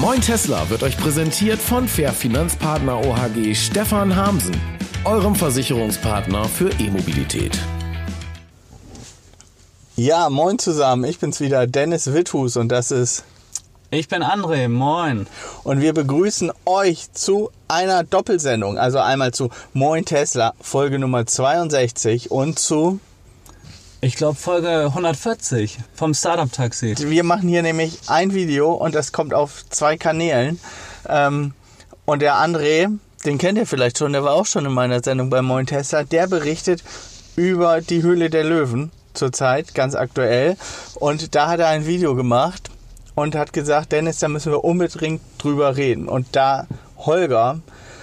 Moin Tesla wird euch präsentiert von Fair Finanzpartner OHG Stefan Hamsen, eurem Versicherungspartner für E-Mobilität. Ja, moin zusammen, ich bin's wieder, Dennis Withus und das ist... Ich bin André, moin. Und wir begrüßen euch zu einer Doppelsendung, also einmal zu Moin Tesla, Folge Nummer 62 und zu... Ich glaube Folge 140 vom Startup Taxi. Wir machen hier nämlich ein Video und das kommt auf 2 Kanälen. Und der André, den kennt ihr vielleicht schon, der war auch schon in meiner Sendung bei Moin Tesla, der berichtet über die Höhle der Löwen zurzeit, ganz aktuell. Und da hat er ein Video gemacht und hat gesagt, Dennis, da müssen wir unbedingt drüber reden. Und da Holger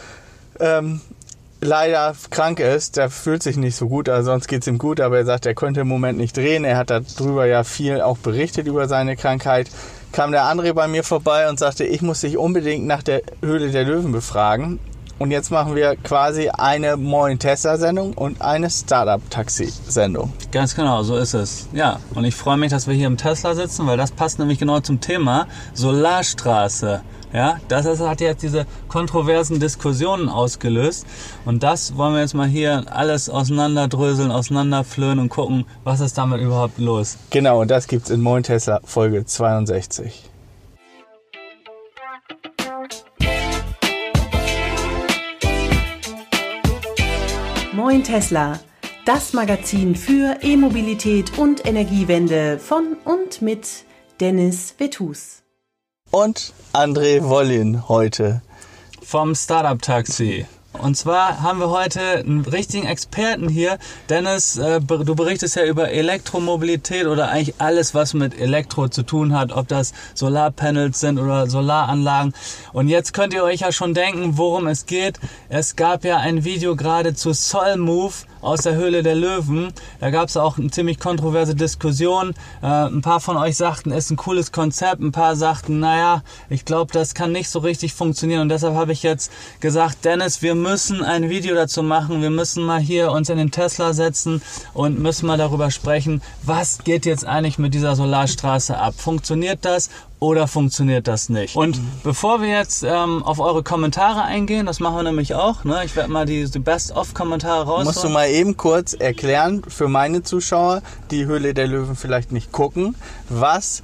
leider krank ist, der fühlt sich nicht so gut, also sonst geht es ihm gut, aber er sagt, er könnte im Moment nicht drehen. Er hat darüber ja viel auch berichtet über seine Krankheit. Kam der André bei mir vorbei und sagte, ich muss dich unbedingt nach der Höhle der Löwen befragen. Und jetzt machen wir quasi eine Moin Tesla-Sendung und eine Startup-Taxi-Sendung. Ganz genau, so ist es. Ja, und ich freue mich, dass wir hier im Tesla sitzen, weil das passt nämlich genau zum Thema Solarstraße. Ja, das hat jetzt diese kontroversen Diskussionen ausgelöst. Und das wollen wir jetzt mal hier alles auseinanderdröseln, auseinanderflöhen und gucken, was ist damit überhaupt los. Genau, und das gibt's in Moin Tesla Folge 62. Moin Tesla, das Magazin für E-Mobilität und Energiewende von und mit Dennis Withus. Und André Wollin heute. Vom Startup Taxi. Und zwar haben wir heute einen richtigen Experten hier. Dennis, du berichtest ja über Elektromobilität oder eigentlich alles, was mit Elektro zu tun hat, ob das Solarpanels sind oder Solaranlagen. Und jetzt könnt ihr euch ja schon denken, worum es geht. Es gab ja ein Video gerade zu Solmove aus der Höhle der Löwen. Da gab es auch eine ziemlich kontroverse Diskussion. Ein paar von euch sagten, es ist ein cooles Konzept. Ein paar sagten, naja, ich glaube, das kann nicht so richtig funktionieren. Und deshalb habe ich jetzt gesagt, Dennis, wir müssen ein Video dazu machen. Wir müssen mal hier uns in den Tesla setzen und müssen mal darüber sprechen, was geht jetzt eigentlich mit dieser Solarstraße ab? Funktioniert das? Oder funktioniert das nicht? Und bevor wir jetzt auf eure Kommentare eingehen, das machen wir nämlich auch, ne? Ich werde mal die Best-of-Kommentare rausholen. Musst du mal eben kurz erklären für meine Zuschauer, die Höhle der Löwen vielleicht nicht gucken, was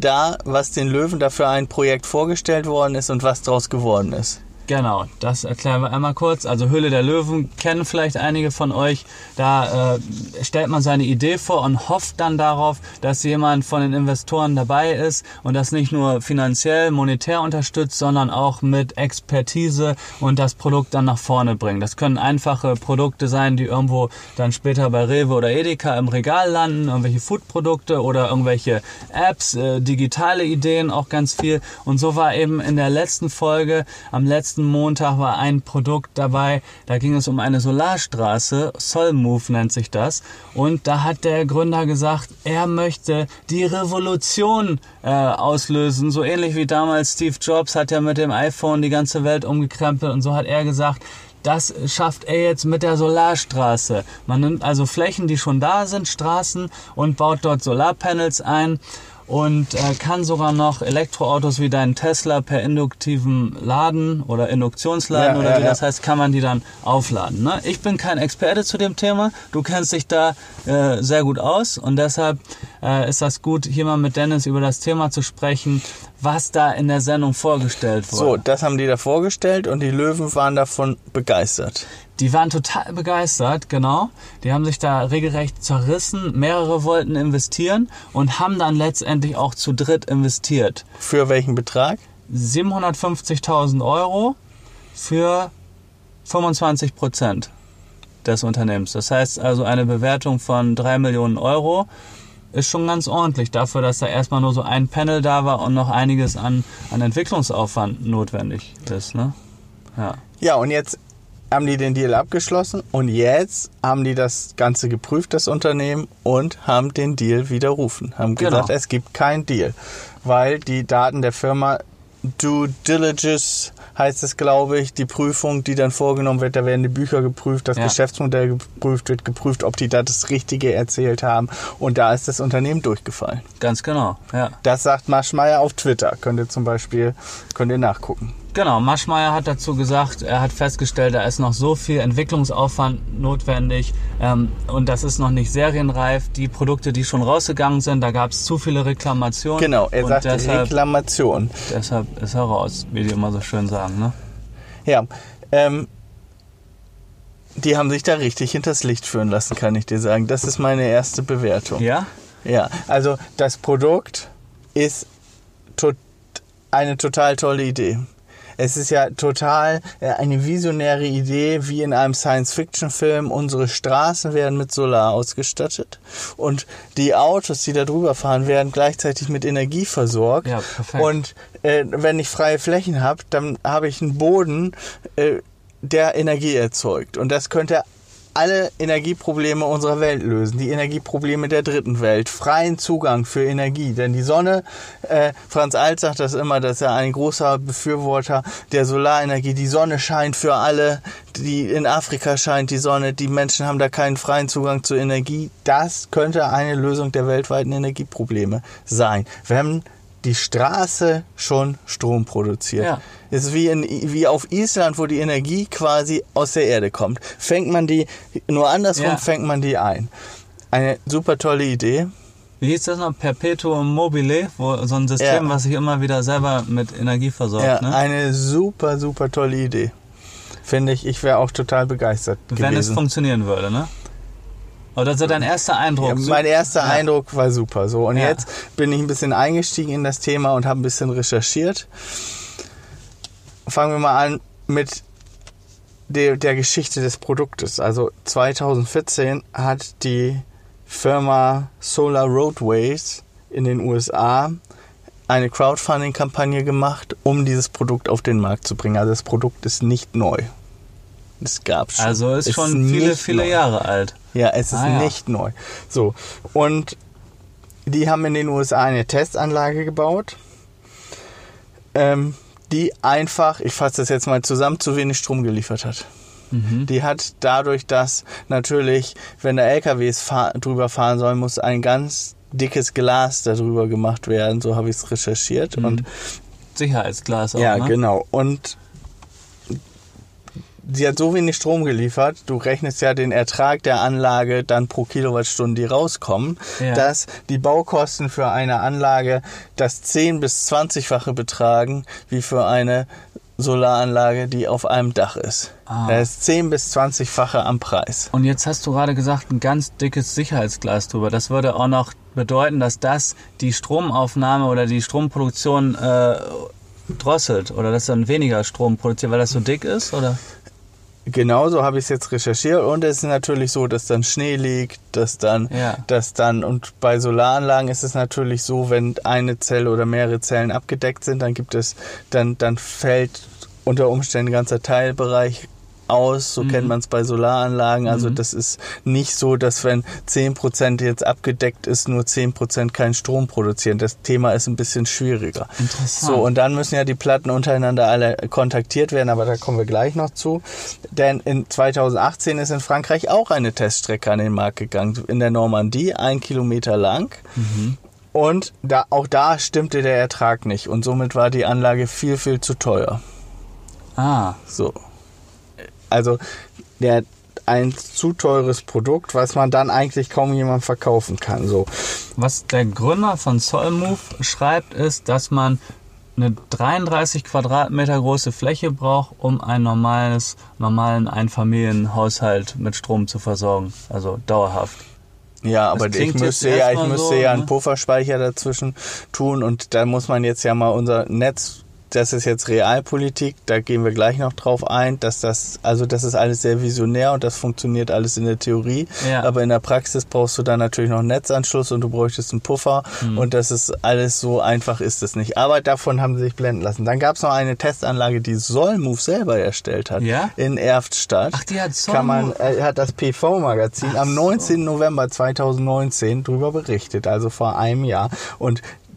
den Löwen da für ein Projekt vorgestellt worden ist und was daraus geworden ist. Genau, das erklären wir einmal kurz. Also Höhle der Löwen kennen vielleicht einige von euch. Da stellt man seine Idee vor und hofft dann darauf, dass jemand von den Investoren dabei ist und das nicht nur finanziell, monetär unterstützt, sondern auch mit Expertise und das Produkt dann nach vorne bringt. Das können einfache Produkte sein, die irgendwo dann später bei Rewe oder Edeka im Regal landen, irgendwelche Foodprodukte oder irgendwelche Apps, digitale Ideen, auch ganz viel. Und so war eben in der letzten Folge, am letzten Montag war ein Produkt dabei, da ging es um eine Solarstraße, Solmove nennt sich das, und da hat der Gründer gesagt, er möchte die Revolution auslösen, so ähnlich wie damals Steve Jobs hat ja mit dem iPhone die ganze Welt umgekrempelt und so hat er gesagt, das schafft er jetzt mit der Solarstraße. Man nimmt also Flächen, die schon da sind, Straßen, und baut dort Solarpanels ein. Und kann sogar noch Elektroautos wie deinen Tesla per induktiven Laden oder Induktionsladen das heißt, kann man die dann aufladen. Ne? Ich bin kein Experte zu dem Thema, du kennst dich da sehr gut aus und deshalb ist das gut, hier mal mit Dennis über das Thema zu sprechen, was da in der Sendung vorgestellt wurde. So, das haben die da vorgestellt und die Löwen waren davon begeistert. Die waren total begeistert, genau. Die haben sich da regelrecht zerrissen. Mehrere wollten investieren und haben dann letztendlich auch zu dritt investiert. Für welchen Betrag? 750.000 Euro für 25% des Unternehmens. Das heißt also eine Bewertung von 3 Millionen Euro ist schon ganz ordentlich dafür, dass da erstmal nur so ein Panel da war und noch einiges an Entwicklungsaufwand notwendig ist. Ne? Ja, und jetzt haben die den Deal abgeschlossen und jetzt haben die das Ganze geprüft, das Unternehmen, und haben den Deal widerrufen. Haben gesagt, Es gibt keinen Deal, weil die Daten der Firma Due Diligence heißt es, glaube ich, die Prüfung, die dann vorgenommen wird. Da werden die Bücher geprüft, das Geschäftsmodell geprüft, wird geprüft, ob die da das Richtige erzählt haben. Und da ist das Unternehmen durchgefallen. Ganz genau, ja. Das sagt Maschmeyer auf Twitter. Könnt ihr nachgucken. Genau, Maschmeyer hat dazu gesagt, er hat festgestellt, da ist noch so viel Entwicklungsaufwand notwendig und das ist noch nicht serienreif. Die Produkte, die schon rausgegangen sind, da gab es zu viele Reklamationen. Genau, er sagt Reklamation. Deshalb ist er raus, wie die immer so schön sagen. Ne? Ja, die haben sich da richtig hinters Licht führen lassen, kann ich dir sagen. Das ist meine erste Bewertung. Ja? Ja, also das Produkt ist eine total tolle Idee. Es ist ja total eine visionäre Idee, wie in einem Science-Fiction-Film. Unsere Straßen werden mit Solar ausgestattet und die Autos, die da drüber fahren, werden gleichzeitig mit Energie versorgt. Ja, perfekt. Und wenn ich freie Flächen habe, dann habe ich einen Boden, der Energie erzeugt. Und das könnte alle Energieprobleme unserer Welt lösen, die Energieprobleme der dritten Welt, freien Zugang für Energie, denn die Sonne, Franz Alt sagt das immer, dass er ein großer Befürworter der Solarenergie, die Sonne scheint für alle, in Afrika scheint die Sonne, die Menschen haben da keinen freien Zugang zur Energie, das könnte eine Lösung der weltweiten Energieprobleme sein, wenn die Straße schon Strom produziert. Ja. Es ist wie auf Island, wo die Energie quasi aus der Erde kommt. Fängt man die, nur andersrum fängt man die ein. Eine super tolle Idee. Wie hieß das noch? Perpetuum mobile, so ein System, was sich immer wieder selber mit Energie versorgt. Ja, ne? Eine super, super tolle Idee. Finde ich wäre auch total begeistert gewesen. Wenn es funktionieren würde, ne? Aber das ist dein erster Eindruck. Ja, mein erster Eindruck war super. So, und jetzt bin ich ein bisschen eingestiegen in das Thema und habe ein bisschen recherchiert. Fangen wir mal an mit der Geschichte des Produktes. Also 2014 hat die Firma Solar Roadways in den USA eine Crowdfunding-Kampagne gemacht, um dieses Produkt auf den Markt zu bringen. Also das Produkt ist nicht neu. Es gab schon. Also ist schon viele Jahre alt. Ja, es ist nicht neu. So, und die haben in den USA eine Testanlage gebaut, die einfach, ich fasse das jetzt mal zusammen, zu wenig Strom geliefert hat. Mhm. Die hat dadurch, dass natürlich, wenn da LKWs drüber fahren sollen, muss ein ganz dickes Glas darüber gemacht werden. So habe ich es recherchiert. Mhm. Und Sicherheitsglas auch, ja, ne? Genau. Und sie hat so wenig Strom geliefert, du rechnest ja den Ertrag der Anlage dann pro Kilowattstunde, die rauskommen, dass die Baukosten für eine Anlage das 10- bis 20-fache betragen, wie für eine Solaranlage, die auf einem Dach ist. Das ist 10- bis 20-fache am Preis. Und jetzt hast du gerade gesagt, ein ganz dickes Sicherheitsglas drüber. Das würde auch noch bedeuten, dass das die Stromaufnahme oder die Stromproduktion drosselt oder dass dann weniger Strom produziert, weil das so dick ist, oder? Genauso habe ich es jetzt recherchiert und es ist natürlich so, dass dann Schnee liegt, und bei Solaranlagen ist es natürlich so, wenn eine Zelle oder mehrere Zellen abgedeckt sind, dann fällt unter Umständen ein ganzer Teilbereich aus, so kennt man es bei Solaranlagen, also das ist nicht so, dass wenn 10% jetzt abgedeckt ist, nur 10% keinen Strom produzieren. Das Thema ist ein bisschen schwieriger. Interessant. So, und dann müssen ja die Platten untereinander alle kontaktiert werden, aber da kommen wir gleich noch zu, denn in 2018 ist in Frankreich auch eine Teststrecke an den Markt gegangen, in der Normandie, 1 Kilometer lang. Und auch da stimmte der Ertrag nicht und somit war die Anlage viel, viel zu teuer. So. Also ein zu teures Produkt, was man dann eigentlich kaum jemandem verkaufen kann. So. Was der Gründer von Solmove schreibt, ist, dass man eine 33 Quadratmeter große Fläche braucht, um einen normalen Einfamilienhaushalt mit Strom zu versorgen. Also dauerhaft. Ja, aber ich müsste ja einen Pufferspeicher dazwischen tun und da muss man jetzt ja mal unser Netz, das ist jetzt Realpolitik, da gehen wir gleich noch drauf ein, das ist alles sehr visionär und das funktioniert alles in der Theorie, aber in der Praxis brauchst du dann natürlich noch einen Netzanschluss und du bräuchtest einen Puffer und das ist alles, so einfach ist es nicht. Aber davon haben sie sich blenden lassen. Dann gab es noch eine Testanlage, die Solmove selber erstellt hat, in Erftstadt. Ach, die hat Solmove? Hat das PV-Magazin am 19. November 2019 drüber berichtet, also vor einem Jahr. Und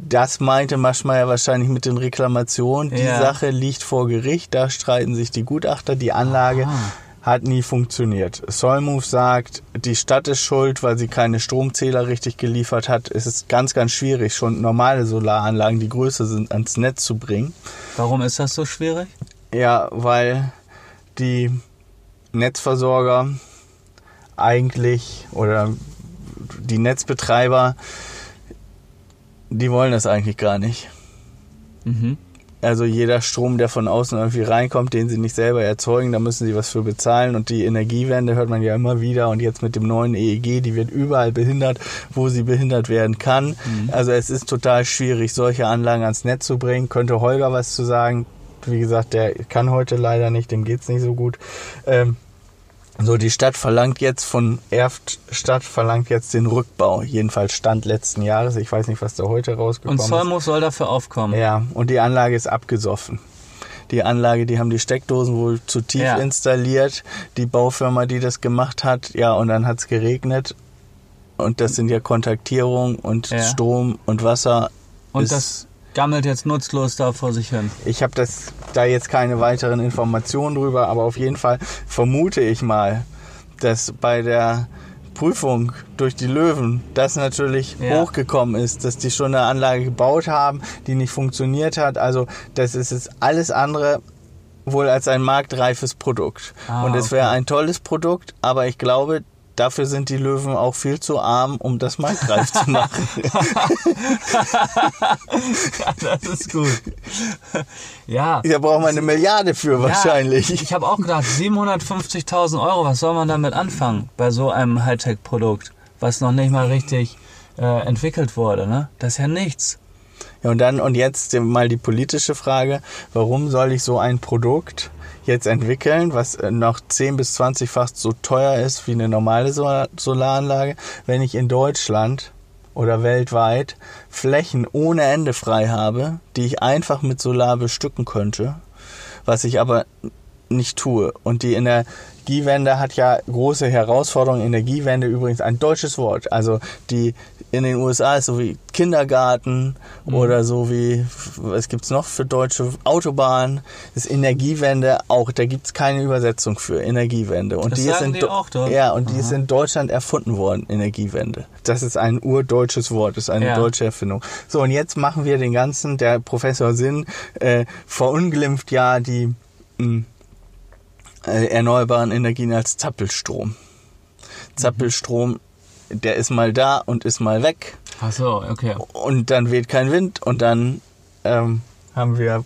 Das meinte Maschmeyer wahrscheinlich mit den Reklamationen. Die Ja. Sache liegt vor Gericht, da streiten sich die Gutachter. Die Anlage hat nie funktioniert. Solmove sagt, die Stadt ist schuld, weil sie keine Stromzähler richtig geliefert hat. Es ist ganz, ganz schwierig, schon normale Solaranlagen, die größer sind, ans Netz zu bringen. Warum ist das so schwierig? Ja, weil die Netzversorger eigentlich oder die Netzbetreiber, die wollen das eigentlich gar nicht. Mhm. Also jeder Strom, der von außen irgendwie reinkommt, den sie nicht selber erzeugen, da müssen sie was für bezahlen. Und die Energiewende hört man ja immer wieder. Und jetzt mit dem neuen EEG, die wird überall behindert, wo sie behindert werden kann. Mhm. Also es ist total schwierig, solche Anlagen ans Netz zu bringen. Könnte Holger was zu sagen. Wie gesagt, der kann heute leider nicht, dem geht's nicht so gut. So, die Stadt verlangt jetzt von Erftstadt den Rückbau. Jedenfalls Stand letzten Jahres. Ich weiß nicht, was da heute rausgekommen Und ist. Solmove soll dafür aufkommen. Ja, und die Anlage ist abgesoffen. Die Anlage, die haben die Steckdosen wohl zu tief installiert. Die Baufirma, die das gemacht hat, ja, und dann hat's geregnet. Und das sind ja Kontaktierung und Strom und Wasser. Und das gammelt jetzt nutzlos da vor sich hin. Ich habe da jetzt keine weiteren Informationen drüber, aber auf jeden Fall vermute ich mal, dass bei der Prüfung durch die Löwen das natürlich hochgekommen ist, dass die schon eine Anlage gebaut haben, die nicht funktioniert hat. Also das ist jetzt alles andere wohl als ein marktreifes Produkt. Und es wäre ein tolles Produkt, aber ich glaube, dafür sind die Löwen auch viel zu arm, um das marktreif zu machen. Ja, das ist gut. Ja. Da braucht man 1 Milliarde für wahrscheinlich. Ich habe auch gedacht, 750.000 Euro, was soll man damit anfangen bei so einem Hightech-Produkt, was noch nicht mal richtig entwickelt wurde, ne? Das ist ja nichts. Ja, und jetzt mal die politische Frage, warum soll ich so ein Produkt jetzt entwickeln, was noch 10- bis 20-fach so teuer ist wie eine normale Solaranlage, wenn ich in Deutschland oder weltweit Flächen ohne Ende frei habe, die ich einfach mit Solar bestücken könnte, was ich aber nicht tue. Und die Energiewende hat ja große Herausforderungen. Energiewende übrigens ein deutsches Wort. Also die in den USA ist so wie Kindergarten oder so wie, was gibt's noch für deutsche Autobahn? Das ist Energiewende auch, da gibt's keine Übersetzung für Energiewende. Und Das die sagen ist die auch dort? Ja, und die ist in Deutschland erfunden worden, Energiewende. Das ist ein urdeutsches Wort, das ist eine deutsche Erfindung. So, und jetzt machen wir den ganzen, der Professor Sinn verunglimpft ja die erneuerbaren Energien als Zappelstrom. Zappelstrom, der ist mal da und ist mal weg. Ach so, okay. Und dann weht kein Wind und dann haben wir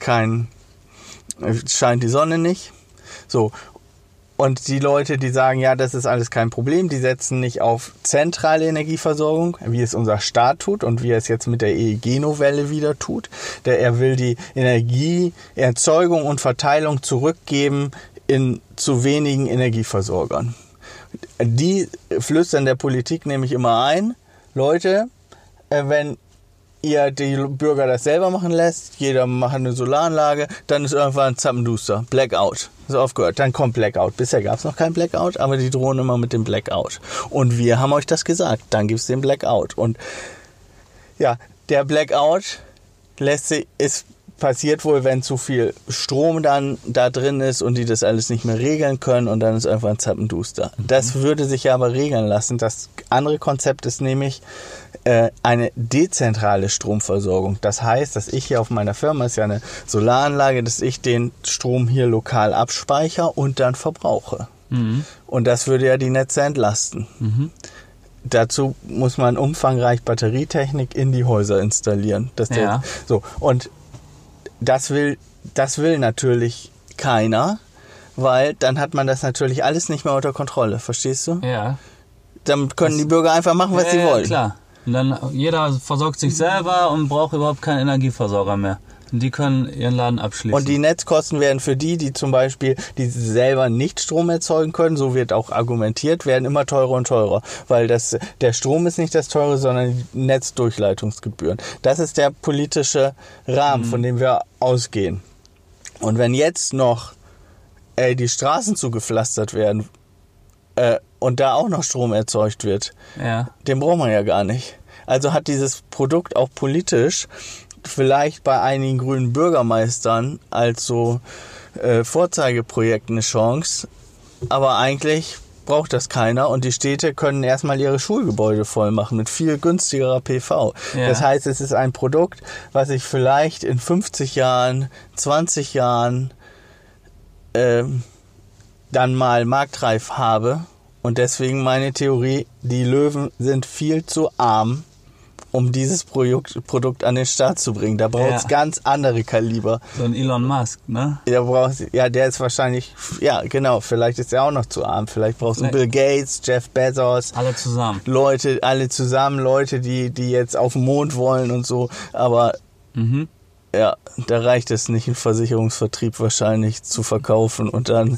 scheint die Sonne nicht. So. Und die Leute, die sagen, ja, das ist alles kein Problem, die setzen nicht auf zentrale Energieversorgung, wie es unser Staat tut und wie er es jetzt mit der EEG-Novelle wieder tut. Er will die Energieerzeugung und Verteilung zurückgeben zu wenigen Energieversorgern. Die flüstern der Politik nämlich immer ein, Leute, wenn ihr die Bürger das selber machen lässt, jeder macht eine Solaranlage, dann ist irgendwann Zappenduster, Blackout. Ist aufgehört, dann kommt Blackout. Bisher gab es noch keinen Blackout, aber die drohen immer mit dem Blackout. Und wir haben euch das gesagt, dann gibt es den Blackout. Und ja, der Blackout passiert wohl, wenn zu viel Strom dann da drin ist und die das alles nicht mehr regeln können und dann ist einfach ein Zappenduster. Das würde sich ja aber regeln lassen. Das andere Konzept ist nämlich eine dezentrale Stromversorgung. Das heißt, dass ich hier auf meiner Firma, ist ja eine Solaranlage, dass ich den Strom hier lokal abspeichere und dann verbrauche. Mhm. Und das würde ja die Netze entlasten. Mhm. Dazu muss man umfangreich Batterietechnik in die Häuser installieren. Und das will natürlich keiner, weil dann hat man das natürlich alles nicht mehr unter Kontrolle. Verstehst du? Ja. Dann können die Bürger einfach machen, was sie wollen. Klar. Und dann jeder versorgt sich selber und braucht überhaupt keinen Energieversorger mehr. Und die können ihren Laden abschließen. Und die Netzkosten werden für die zum Beispiel, die selber nicht Strom erzeugen können, so wird auch argumentiert, werden immer teurer und teurer. Weil der Strom ist nicht das Teure, sondern die Netzdurchleitungsgebühren. Das ist der politische Rahmen, von dem wir ausgehen. Und wenn jetzt noch die Straßen zugepflastert werden und da auch noch Strom erzeugt wird, den braucht man ja gar nicht. Also hat dieses Produkt auch politisch vielleicht bei einigen grünen Bürgermeistern als so Vorzeigeprojekt eine Chance, aber eigentlich braucht das keiner und die Städte können erstmal ihre Schulgebäude voll machen mit viel günstigerer PV. Ja. Das heißt, es ist ein Produkt, was ich vielleicht in 50 Jahren, 20 Jahren dann mal marktreif habe und deswegen meine Theorie, die Löwen sind viel zu arm, um dieses Produkt an den Start zu bringen. Da braucht es ganz andere Kaliber. So ein Elon Musk, ne? Der ist wahrscheinlich, ja genau, vielleicht ist er auch noch zu arm. Vielleicht brauchst du Bill Gates, Jeff Bezos. Alle zusammen, Leute, die jetzt auf den Mond wollen und so. Aber ja, da reicht es nicht, einen Versicherungsvertrieb wahrscheinlich zu verkaufen und dann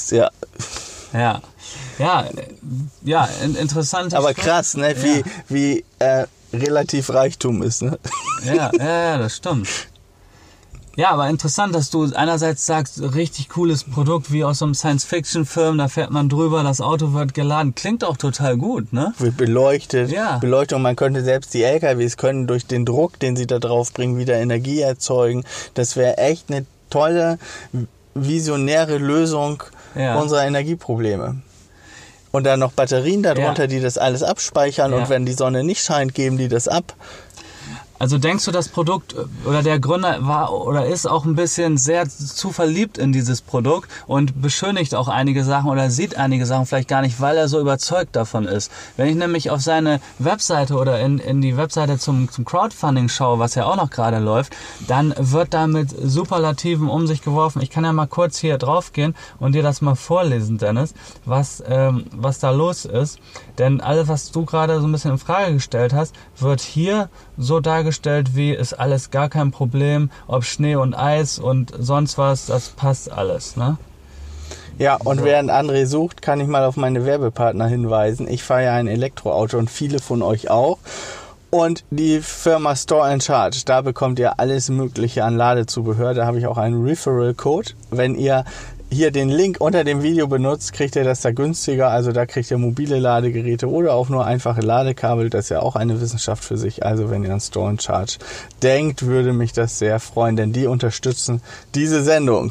interessant. Aber krass, ne? Wie relativ Reichtum ist, ne? Ja, das stimmt. Ja, aber interessant, dass du einerseits sagst, richtig cooles Produkt wie aus so einem Science-Fiction-Film, da fährt man drüber, das Auto wird geladen. Klingt auch total gut, ne? Wird beleuchtet. Ja. Beleuchtung, man könnte selbst die LKWs können durch den Druck, den sie da drauf bringen, wieder Energie erzeugen. Das wäre echt eine tolle, visionäre Lösung unserer Energieprobleme. Und dann noch Batterien darunter, die das alles abspeichern und wenn die Sonne nicht scheint, geben die das ab. Also denkst du, das Produkt oder der Gründer war oder ist auch ein bisschen sehr zu verliebt in dieses Produkt und beschönigt auch einige Sachen oder sieht einige Sachen vielleicht gar nicht, weil er so überzeugt davon ist. Wenn ich nämlich auf seine Webseite oder in die Webseite zum Crowdfunding schaue, was ja auch noch gerade läuft, dann wird da mit Superlativen um sich geworfen. Ich kann ja mal kurz hier drauf gehen und dir das mal vorlesen, Dennis, was da los ist. Denn alles, was du gerade so ein bisschen in Frage gestellt hast, wird hier so dargestellt, wie ist alles gar kein Problem, ob Schnee und Eis und sonst was, das passt alles, ne? Ja, und während André sucht, kann ich mal auf meine Werbepartner hinweisen. Ich fahre ja ein Elektroauto und viele von euch auch. Und die Firma Store & Charge, da bekommt ihr alles Mögliche an Ladezubehör. Da habe ich auch einen Referral-Code. Wenn ihr hier den Link unter dem Video benutzt, kriegt ihr das da günstiger. Also da kriegt ihr mobile Ladegeräte oder auch nur einfache Ladekabel. Das ist ja auch eine Wissenschaft für sich. Also wenn ihr an Store & Charge denkt, würde mich das sehr freuen, denn die unterstützen diese Sendung.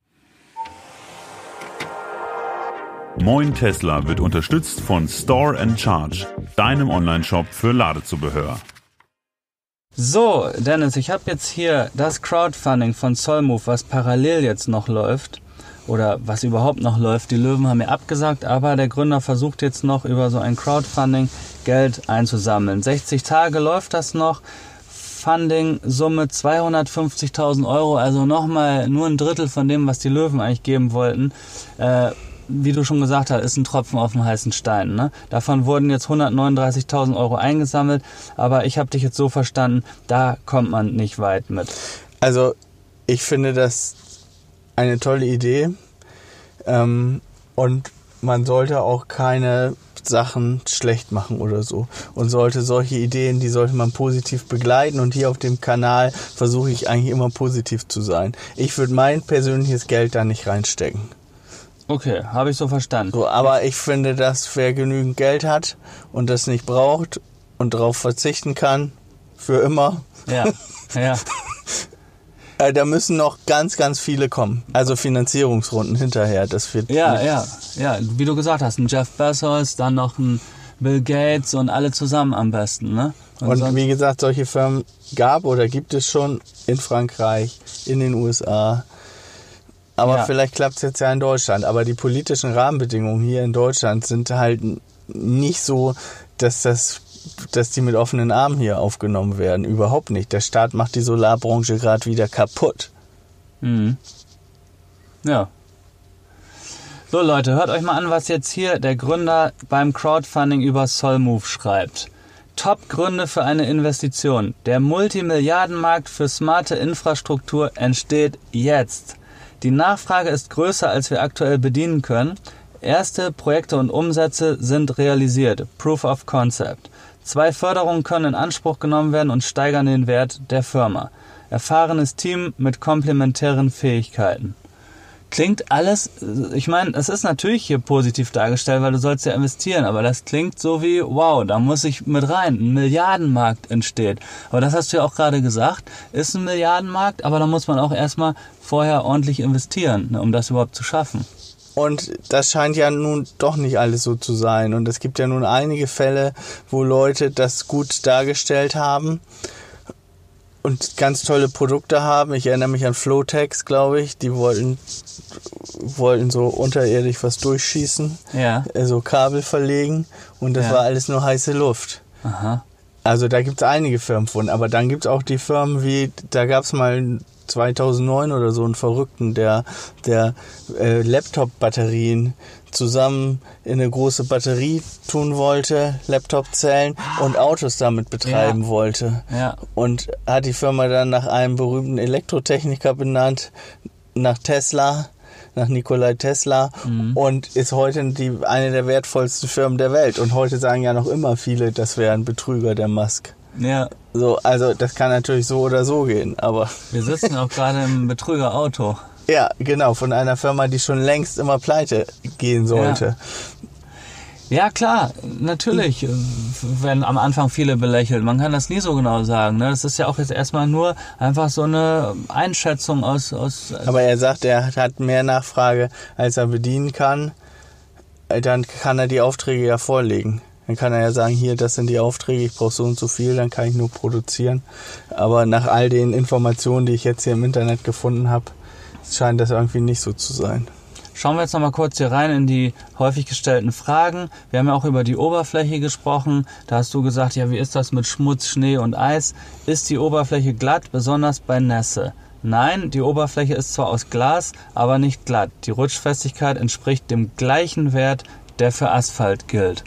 Moin Tesla wird unterstützt von Store & Charge, deinem Online-Shop für Ladezubehör. So, Dennis, ich habe jetzt hier das Crowdfunding von Solmove, was parallel jetzt noch läuft. Oder was überhaupt noch läuft. Die Löwen haben ja abgesagt, aber der Gründer versucht jetzt noch über so ein Crowdfunding Geld einzusammeln. 60 Tage läuft das noch. Funding-Summe 250.000 €, also nochmal nur ein Drittel von dem, was die Löwen eigentlich geben wollten. Wie du schon gesagt hast, ist ein Tropfen auf dem heißen Stein. Ne? Davon wurden jetzt 139.000 € eingesammelt, aber ich habe dich jetzt so verstanden, da kommt man nicht weit mit. Also ich finde das eine tolle Idee und man sollte auch keine Sachen schlecht machen oder so und sollte solche Ideen, die sollte man positiv begleiten und hier auf dem Kanal versuche ich eigentlich immer positiv zu sein. Ich würde mein persönliches Geld da nicht reinstecken. Okay, habe ich so verstanden. So, aber ich finde, dass wer genügend Geld hat und das nicht braucht und darauf verzichten kann, für immer. Ja. Da müssen noch ganz, ganz viele kommen. Also Finanzierungsrunden hinterher. Das wird ja. Wie du gesagt hast, ein Jeff Bezos, dann noch ein Bill Gates und alle zusammen am besten, ne? Und wie gesagt, solche Firmen gab oder gibt es schon in Frankreich, in den USA. Aber vielleicht klappt es jetzt ja in Deutschland. Aber die politischen Rahmenbedingungen hier in Deutschland sind halt nicht so, dass die mit offenen Armen hier aufgenommen werden. Überhaupt nicht. Der Staat macht die Solarbranche gerade wieder kaputt. Mhm. Ja. So Leute, hört euch mal an, was jetzt hier der Gründer beim Crowdfunding über Solmove schreibt. Top-Gründe für eine Investition. Der Multimilliardenmarkt für smarte Infrastruktur entsteht jetzt. Die Nachfrage ist größer, als wir aktuell bedienen können. Erste Projekte und Umsätze sind realisiert. Proof of Concept. 2 Förderungen können in Anspruch genommen werden und steigern den Wert der Firma. Erfahrenes Team mit komplementären Fähigkeiten. klingt alles, ich meine, es ist natürlich hier positiv dargestellt, weil du sollst ja investieren, aber das klingt so wie, wow, da muss ich mit rein, ein Milliardenmarkt entsteht. Aber das hast du ja auch gerade gesagt, ist ein Milliardenmarkt, aber da muss man auch erstmal vorher ordentlich investieren, ne, um das überhaupt zu schaffen. Und das scheint ja nun doch nicht alles so zu sein. Und es gibt ja nun einige Fälle, wo Leute das gut dargestellt haben und ganz tolle Produkte haben. Ich erinnere mich an Flotex, glaube ich. Die wollten so unterirdisch was durchschießen, so Kabel verlegen und das war alles nur heiße Luft. Aha. Also da gibt es einige Firmen von. Aber dann gibt es auch die Firmen wie, da gab es mal 2009 oder so einen Verrückten, der Laptop-Batterien zusammen in eine große Batterie tun wollte, Laptop-Zellen, und Autos damit betreiben wollte. Ja. Und hat die Firma dann nach einem berühmten Elektrotechniker benannt, nach Tesla, nach Nikolai Tesla, und ist heute eine der wertvollsten Firmen der Welt. Und heute sagen ja noch immer viele, das wäre ein Betrüger, der Musk. Ja. So, also das kann natürlich so oder so gehen, aber... Wir sitzen auch gerade im Betrügerauto. Ja, genau, von einer Firma, die schon längst immer pleite gehen sollte. Ja, klar, natürlich werden am Anfang viele belächelt. Man kann das nie so genau sagen. Ne? Das ist ja auch jetzt erstmal nur einfach so eine Einschätzung aus... Aber er sagt, er hat mehr Nachfrage, als er bedienen kann. Dann kann er die Aufträge ja vorlegen. Dann kann er ja sagen, hier, das sind die Aufträge, ich brauche so und so viel, dann kann ich nur produzieren. Aber nach all den Informationen, die ich jetzt hier im Internet gefunden habe, scheint das irgendwie nicht so zu sein. Schauen wir jetzt nochmal kurz hier rein in die häufig gestellten Fragen. Wir haben ja auch über die Oberfläche gesprochen. Da hast du gesagt, ja, wie ist das mit Schmutz, Schnee und Eis? Ist die Oberfläche glatt, besonders bei Nässe? Nein, die Oberfläche ist zwar aus Glas, aber nicht glatt. Die Rutschfestigkeit entspricht dem gleichen Wert, der für Asphalt gilt.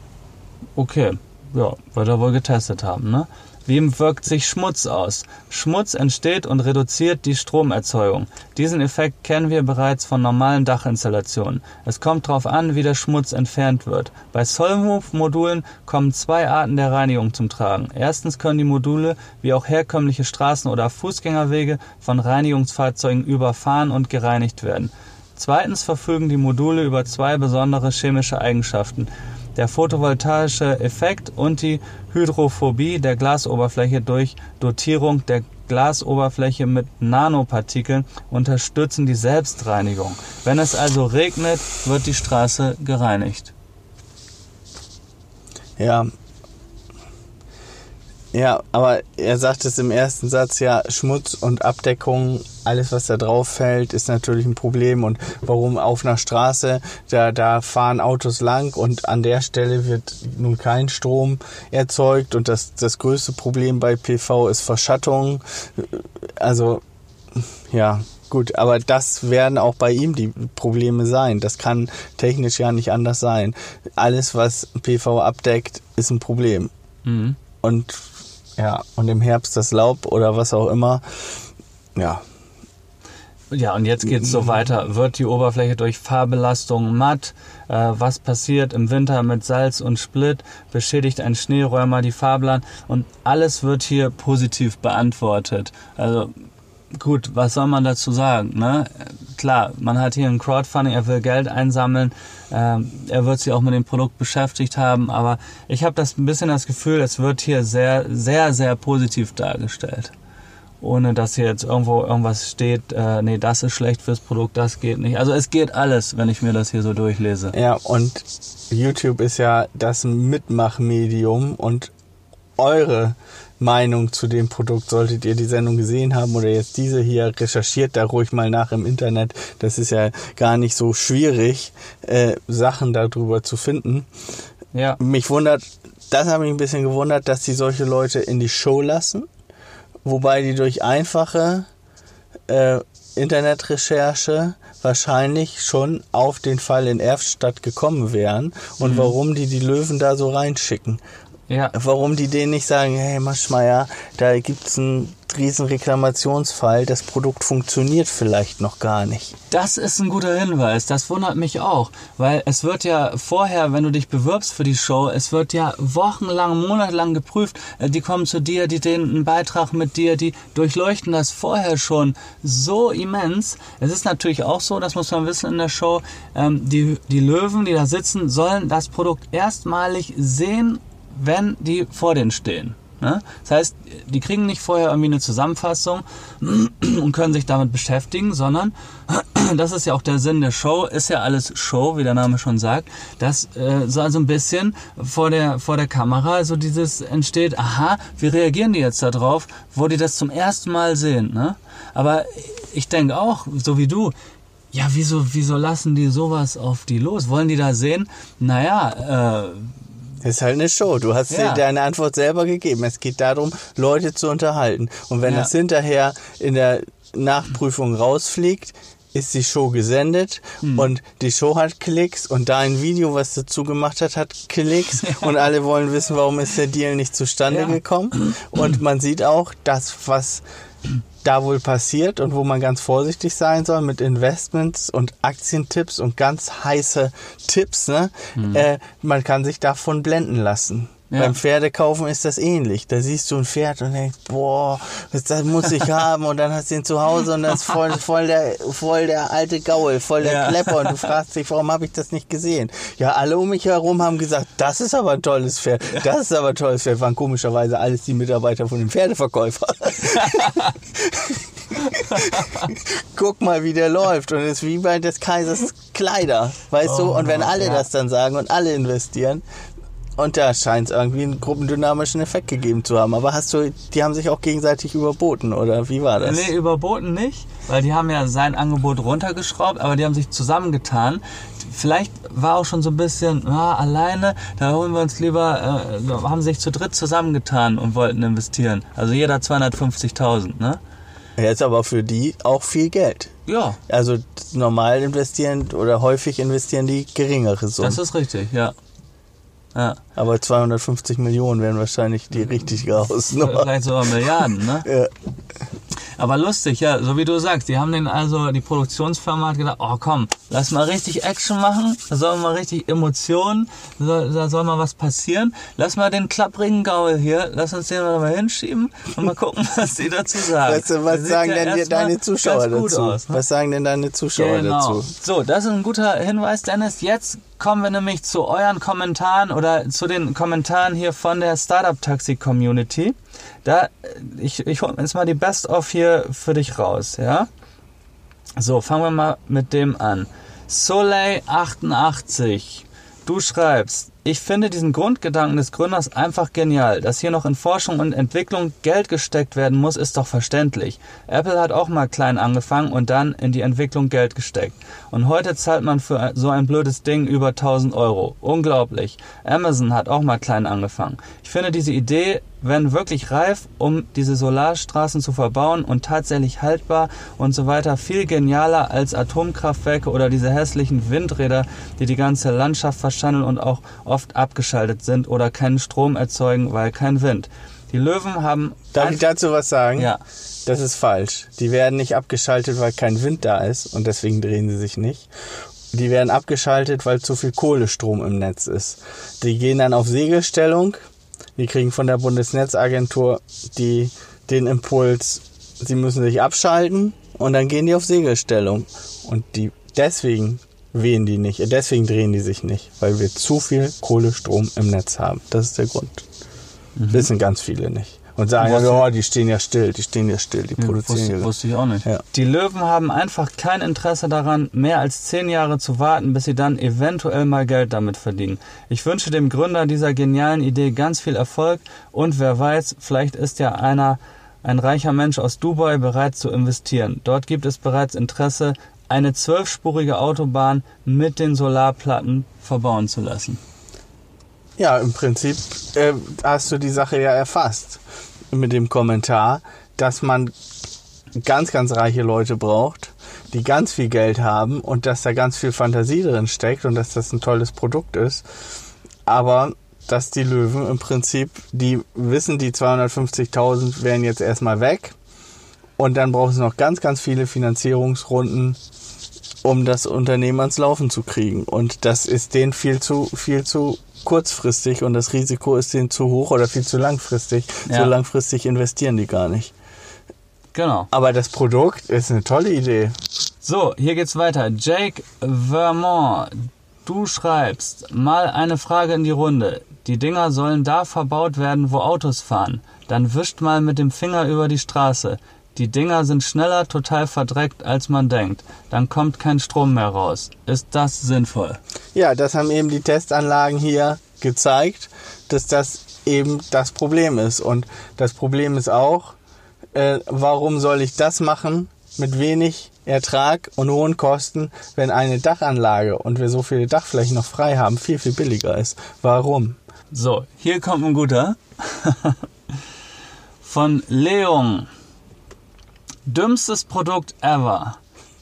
Okay, ja, wird er wohl getestet haben, ne? Wie wirkt sich Schmutz aus? Schmutz entsteht und reduziert die Stromerzeugung. Diesen Effekt kennen wir bereits von normalen Dachinstallationen. Es kommt darauf an, wie der Schmutz entfernt wird. Bei Solmove-Modulen kommen zwei Arten der Reinigung zum Tragen. Erstens können die Module, wie auch herkömmliche Straßen- oder Fußgängerwege, von Reinigungsfahrzeugen überfahren und gereinigt werden. Zweitens verfügen die Module über zwei besondere chemische Eigenschaften: der photovoltaische Effekt und die Hydrophobie der Glasoberfläche durch Dotierung der Glasoberfläche mit Nanopartikeln unterstützen die Selbstreinigung. Wenn es also regnet, wird die Straße gereinigt. Ja, aber er sagt es im ersten Satz, ja, Schmutz und Abdeckung, alles was da drauf fällt, ist natürlich ein Problem. Und warum auf einer Straße, da fahren Autos lang und an der Stelle wird nun kein Strom erzeugt. Und das größte Problem bei PV ist Verschattung. Also, ja, gut, aber das werden auch bei ihm die Probleme sein. Das kann technisch ja nicht anders sein. Alles, was PV abdeckt, ist ein Problem. Mhm. Und im Herbst das Laub oder was auch immer, ja. Ja, und jetzt geht's so weiter. Wird die Oberfläche durch Fahrbelastung matt? Was passiert im Winter mit Salz und Split? Beschädigt ein Schneeräumer die Farblan? Und alles wird hier positiv beantwortet. Also gut, was soll man dazu sagen? Ne? Klar, man hat hier ein Crowdfunding, er will Geld einsammeln, er wird sich auch mit dem Produkt beschäftigt haben, aber ich habe ein bisschen das Gefühl, es wird hier sehr, sehr, sehr positiv dargestellt. Ohne dass hier jetzt irgendwas steht, nee, das ist schlecht fürs Produkt, das geht nicht. Also es geht alles, wenn ich mir das hier so durchlese. Ja, und YouTube ist ja das Mitmachmedium und eure Meinung zu dem Produkt, solltet ihr die Sendung gesehen haben oder jetzt diese hier, recherchiert da ruhig mal nach im Internet. Das ist ja gar nicht so schwierig, Sachen darüber zu finden. Ja. Das hat mich ein bisschen gewundert, dass die solche Leute in die Show lassen, wobei die durch einfache Internetrecherche wahrscheinlich schon auf den Fall in Erftstadt gekommen wären und warum die Löwen da so reinschicken. Ja. Warum die denen nicht sagen, hey Maschmeyer, da gibt's einen riesen Reklamationsfall, das Produkt funktioniert vielleicht noch gar nicht. Das ist ein guter Hinweis, das wundert mich auch, weil es wird ja vorher, wenn du dich bewirbst für die Show, es wird ja wochenlang, monatelang geprüft, die kommen zu dir, die denen einen Beitrag mit dir, die durchleuchten das vorher schon so immens. Es ist natürlich auch so, das muss man wissen in der Show, die Löwen, die da sitzen, sollen das Produkt erstmalig sehen, wenn die vor denen stehen. Das heißt, die kriegen nicht vorher irgendwie eine Zusammenfassung und können sich damit beschäftigen, sondern, das ist ja auch der Sinn der Show, ist ja alles Show, wie der Name schon sagt, dass so also ein bisschen vor der Kamera so dieses entsteht, aha, wie reagieren die jetzt da drauf, wo die das zum ersten Mal sehen. Ne? Aber ich denke auch, so wie du, ja, wieso lassen die sowas auf die los? Wollen die da sehen? Naja, Das ist halt eine Show. Du hast dir deine Antwort selber gegeben. Es geht darum, Leute zu unterhalten. Und wenn das hinterher in der Nachprüfung rausfliegt, ist die Show gesendet und die Show hat Klicks und dein Video, was dazu gemacht hat Klicks und alle wollen wissen, warum ist der Deal nicht zustande gekommen. Und man sieht auch, das, was da wohl passiert und wo man ganz vorsichtig sein soll mit Investments und Aktientipps und ganz heiße Tipps, ne? Man kann sich davon blenden lassen. Ja. Beim Pferdekaufen ist das ähnlich. Da siehst du ein Pferd und denkst, boah, das muss ich haben und dann hast du ihn zu Hause und das ist voll der alte Gaul, voll der Klepper und du fragst dich, warum habe ich das nicht gesehen? Ja, alle um mich herum haben gesagt, das ist aber ein tolles Pferd, das ist aber ein tolles Pferd. Waren komischerweise alles die Mitarbeiter von dem Pferdeverkäufer. Guck mal, wie der läuft und es ist wie bei des Kaisers Kleider, weißt du? Und wenn alle das dann sagen und alle investieren, und da scheint es irgendwie einen gruppendynamischen Effekt gegeben zu haben. Aber die haben sich auch gegenseitig überboten, oder wie war das? Nee, überboten nicht, weil die haben ja sein Angebot runtergeschraubt, aber die haben sich zusammengetan. Vielleicht war auch schon so ein bisschen, alleine, da holen wir uns lieber, haben sich zu dritt zusammengetan und wollten investieren. Also jeder 250.000, ne? Ja, ist aber für die auch viel Geld. Ja. Also normal investieren oder häufig investieren die geringere Summen. Das ist richtig, ja. Ja. Aber 250 Millionen wären wahrscheinlich die richtig Hausnummer. Vielleicht sogar Milliarden, ne? Ja. Aber lustig, ja, so wie du sagst, die Produktionsfirma hat gedacht, oh komm, lass mal richtig Action machen, da soll mal richtig Emotionen, da soll mal was passieren, lass mal den klapprigen Gaul hier, lass uns den mal hinschieben und mal gucken, was die dazu sagen. Was sagen denn deine Zuschauer dazu? Aus, ne? Was sagen denn deine Zuschauer dazu? So, das ist ein guter Hinweis, Dennis. Jetzt kommen wir nämlich zu euren Kommentaren oder zu den Kommentaren hier von der Startup-Taxi-Community. Ich hole jetzt mal die Best-of hier für dich raus, ja? So, fangen wir mal mit dem an. Soleil88, du schreibst, ich finde diesen Grundgedanken des Gründers einfach genial. Dass hier noch in Forschung und Entwicklung Geld gesteckt werden muss, ist doch verständlich. Apple hat auch mal klein angefangen und dann in die Entwicklung Geld gesteckt. Und heute zahlt man für so ein blödes Ding über 1.000 Euro. Unglaublich. Amazon hat auch mal klein angefangen. Ich finde diese Idee, wenn wirklich reif, um diese Solarstraßen zu verbauen und tatsächlich haltbar und so weiter, viel genialer als Atomkraftwerke oder diese hässlichen Windräder, die die ganze Landschaft verschandeln und auch oft abgeschaltet sind oder keinen Strom erzeugen, weil kein Wind. Die Löwen haben... Darf ich dazu was sagen? Ja. Das ist falsch. Die werden nicht abgeschaltet, weil kein Wind da ist und deswegen drehen sie sich nicht. Die werden abgeschaltet, weil zu viel Kohlestrom im Netz ist. Die gehen dann auf Segelstellung. Die kriegen von der Bundesnetzagentur den Impuls, sie müssen sich abschalten und dann gehen die auf Segelstellung. Und deswegen drehen die sich nicht, weil wir zu viel Kohlestrom im Netz haben. Das ist der Grund. Wissen ganz viele nicht. Und sagen, die stehen ja still, die produzieren ja. Wusste ich auch nicht. Ja. Die Löwen haben einfach kein Interesse daran, mehr als 10 Jahre zu warten, bis sie dann eventuell mal Geld damit verdienen. Ich wünsche dem Gründer dieser genialen Idee ganz viel Erfolg und wer weiß, vielleicht ist ja ein reicher Mensch aus Dubai bereit zu investieren. Dort gibt es bereits Interesse, eine 12-spurige Autobahn mit den Solarplatten verbauen zu lassen. Ja, im Prinzip hast du die Sache ja erfasst mit dem Kommentar, dass man ganz, ganz reiche Leute braucht, die ganz viel Geld haben und dass da ganz viel Fantasie drin steckt und dass das ein tolles Produkt ist. Aber dass die Löwen im Prinzip, die wissen, die 250.000 wären jetzt erstmal weg und dann brauchen sie noch ganz, ganz viele Finanzierungsrunden, um das Unternehmen ans Laufen zu kriegen. Und das ist denen viel zu kurzfristig und das Risiko ist denen zu hoch oder viel zu langfristig. Ja. So langfristig investieren die gar nicht. Genau. Aber das Produkt ist eine tolle Idee. So, hier geht's weiter. Jake Vermont, du schreibst, mal eine Frage in die Runde. Die Dinger sollen da verbaut werden, wo Autos fahren. Dann wischt mal mit dem Finger über die Straße. Die Dinger sind schneller total verdreckt, als man denkt. Dann kommt kein Strom mehr raus. Ist das sinnvoll? Ja, das haben eben die Testanlagen hier gezeigt, dass das eben das Problem ist. Und das Problem ist auch, warum soll ich das machen mit wenig Ertrag und hohen Kosten, wenn eine Dachanlage und wir so viele Dachflächen noch frei haben, viel, viel billiger ist. Warum? So, hier kommt ein guter. Von Leung. Dümmstes Produkt ever.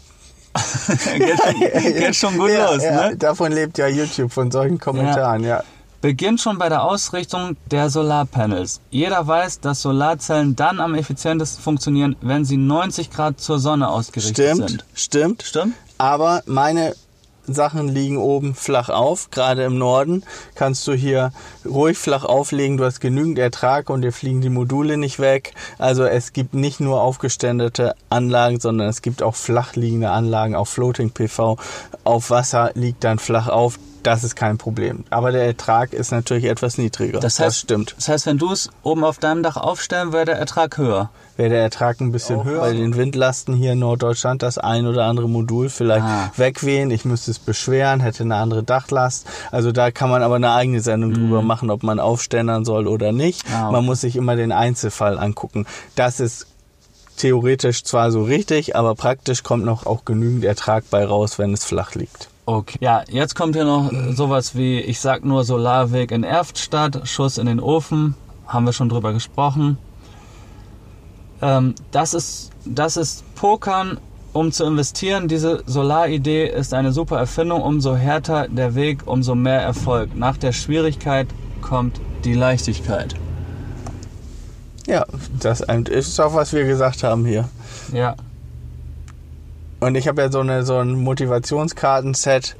geht schon gut los, ne? Davon lebt ja YouTube, von solchen Kommentaren, ja. Beginnt schon bei der Ausrichtung der Solarpanels. Jeder weiß, dass Solarzellen dann am effizientesten funktionieren, wenn sie 90 Grad zur Sonne ausgerichtet sind. Stimmt. Aber meine Sachen liegen oben flach auf, gerade im Norden. Kannst du hier ruhig flach auflegen, du hast genügend Ertrag und dir fliegen die Module nicht weg. Also es gibt nicht nur aufgeständete Anlagen, sondern es gibt auch flach liegende Anlagen, auch Floating PV. Auf Wasser liegt dann flach auf. Das ist kein Problem. Aber der Ertrag ist natürlich etwas niedriger. Das stimmt. Das heißt, wenn du es oben auf deinem Dach aufstellen, wäre der Ertrag höher? Wäre der Ertrag ein bisschen höher. Bei den Windlasten hier in Norddeutschland das ein oder andere Modul vielleicht wegwehen. Ich müsste es beschweren, hätte eine andere Dachlast. Also da kann man aber eine eigene Sendung drüber machen, ob man aufständern soll oder nicht. Man muss sich immer den Einzelfall angucken. Das ist theoretisch zwar so richtig, aber praktisch kommt noch auch genügend Ertrag bei raus, wenn es flach liegt. Okay. Ja, jetzt kommt hier noch sowas wie, ich sag nur Solarweg in Erftstadt, Schuss in den Ofen, haben wir schon drüber gesprochen. Das ist Pokern, um zu investieren. Diese Solaridee ist eine super Erfindung, umso härter der Weg, umso mehr Erfolg. Nach der Schwierigkeit kommt die Leichtigkeit. Ja, das ist auch, was wir gesagt haben hier. Ja. Und ich habe ja so ein Motivationskartenset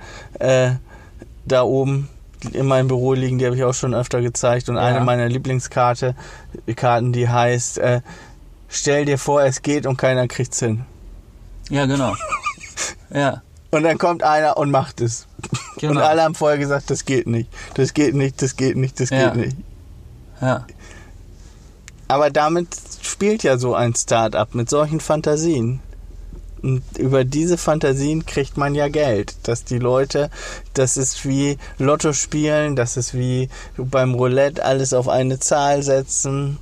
da oben in meinem Büro liegen, die habe ich auch schon öfter gezeigt. Und eine meiner Lieblingskarten, die heißt, stell dir vor, es geht und keiner kriegt's hin. Ja, genau. Ja. Und dann kommt einer und macht es. Genau. Und alle haben vorher gesagt, das geht nicht. Das geht nicht, das geht nicht, das geht nicht. Ja. Aber damit spielt ja so ein Start-up mit solchen Fantasien. Und über diese Fantasien kriegt man ja Geld. Dass die Leute, das ist wie Lotto spielen, das ist wie beim Roulette alles auf eine Zahl setzen.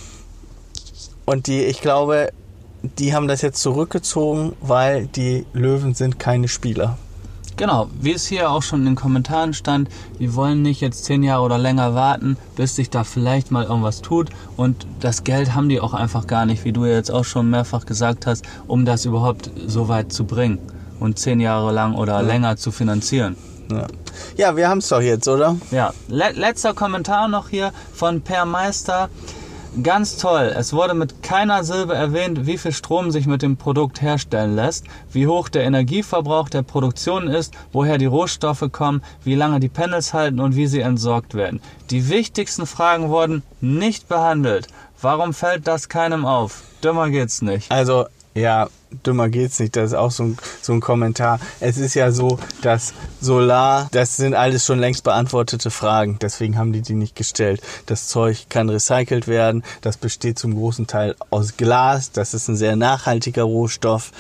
Und ich glaube, die haben das jetzt zurückgezogen, weil die Löwen sind keine Spieler. Genau, wie es hier auch schon in den Kommentaren stand, die wollen nicht jetzt 10 Jahre oder länger warten, bis sich da vielleicht mal irgendwas tut. Und das Geld haben die auch einfach gar nicht, wie du ja jetzt auch schon mehrfach gesagt hast, um das überhaupt so weit zu bringen und 10 Jahre lang oder länger zu finanzieren. Ja, wir haben es doch jetzt, oder? Ja, letzter Kommentar noch hier von Per Meister. Ganz toll, es wurde mit keiner Silbe erwähnt, wie viel Strom sich mit dem Produkt herstellen lässt, wie hoch der Energieverbrauch der Produktion ist, woher die Rohstoffe kommen, wie lange die Panels halten und wie sie entsorgt werden. Die wichtigsten Fragen wurden nicht behandelt. Warum fällt das keinem auf? Dümmer geht's nicht. Also, ja, dümmer geht's nicht. Das ist auch so ein Kommentar. Es ist ja so, dass Solar, das sind alles schon längst beantwortete Fragen. Deswegen haben die nicht gestellt. Das Zeug kann recycelt werden. Das besteht zum großen Teil aus Glas. Das ist ein sehr nachhaltiger Rohstoff.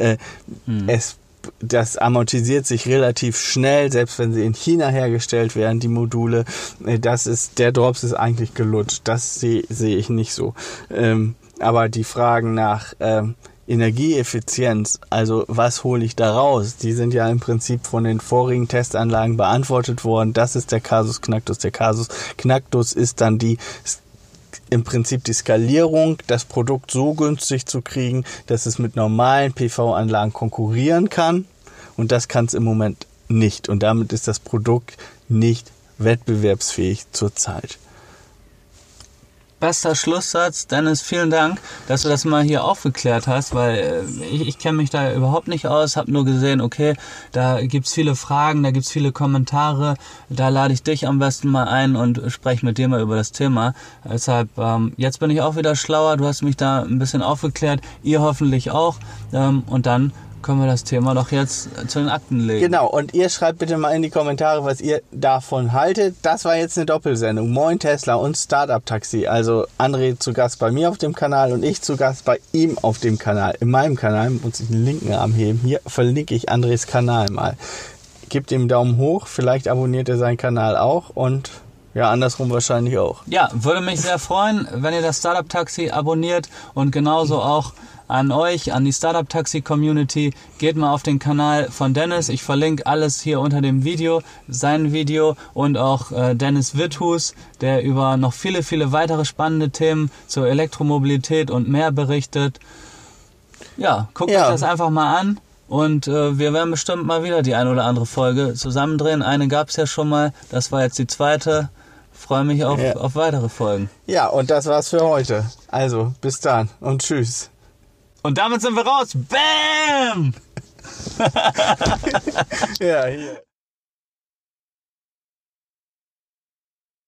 Das amortisiert sich relativ schnell, selbst wenn sie in China hergestellt werden, die Module. Der Drops ist eigentlich gelutscht. Das sehe ich nicht so. Aber die Fragen nach Energieeffizienz, also was hole ich da raus, die sind ja im Prinzip von den vorigen Testanlagen beantwortet worden. Das ist der Kasus Knacktus. Der Kasus Knacktus ist dann im Prinzip die Skalierung, das Produkt so günstig zu kriegen, dass es mit normalen PV-Anlagen konkurrieren kann. Und das kann es im Moment nicht. Und damit ist das Produkt nicht wettbewerbsfähig zurzeit. Bester Schlusssatz. Dennis, vielen Dank, dass du das mal hier aufgeklärt hast, weil ich kenne mich da überhaupt nicht aus, habe nur gesehen, okay, da gibt's viele Fragen, da gibt's viele Kommentare, da lade ich dich am besten mal ein und spreche mit dir mal über das Thema. Deshalb, jetzt bin ich auch wieder schlauer, du hast mich da ein bisschen aufgeklärt, ihr hoffentlich auch, und dann können wir das Thema doch jetzt zu den Akten legen. Genau, und ihr schreibt bitte mal in die Kommentare, was ihr davon haltet. Das war jetzt eine Doppelsendung. Moin Tesla und Startup Taxi. Also André zu Gast bei mir auf dem Kanal und ich zu Gast bei ihm auf dem Kanal. In meinem Kanal muss ich den linken Arm heben. Hier verlinke ich Andres Kanal mal. Gebt ihm einen Daumen hoch, vielleicht abonniert er seinen Kanal auch und ja, andersrum wahrscheinlich auch. Ja, würde mich sehr freuen, wenn ihr das Startup Taxi abonniert und genauso auch an euch, an die Startup Taxi Community. Geht mal auf den Kanal von Dennis. Ich verlinke alles hier unter dem Video, sein Video und auch Dennis Withus, der über noch viele, viele weitere spannende Themen zur Elektromobilität und mehr berichtet. Ja, guckt euch das einfach mal an. Und wir werden bestimmt mal wieder die eine oder andere Folge zusammendrehen. Eine gab es ja schon mal, das war jetzt die zweite. Freue mich auf weitere Folgen. Ja, und das war's für heute. Also, bis dann und tschüss. Und damit sind wir raus. Bam! Ja, hier.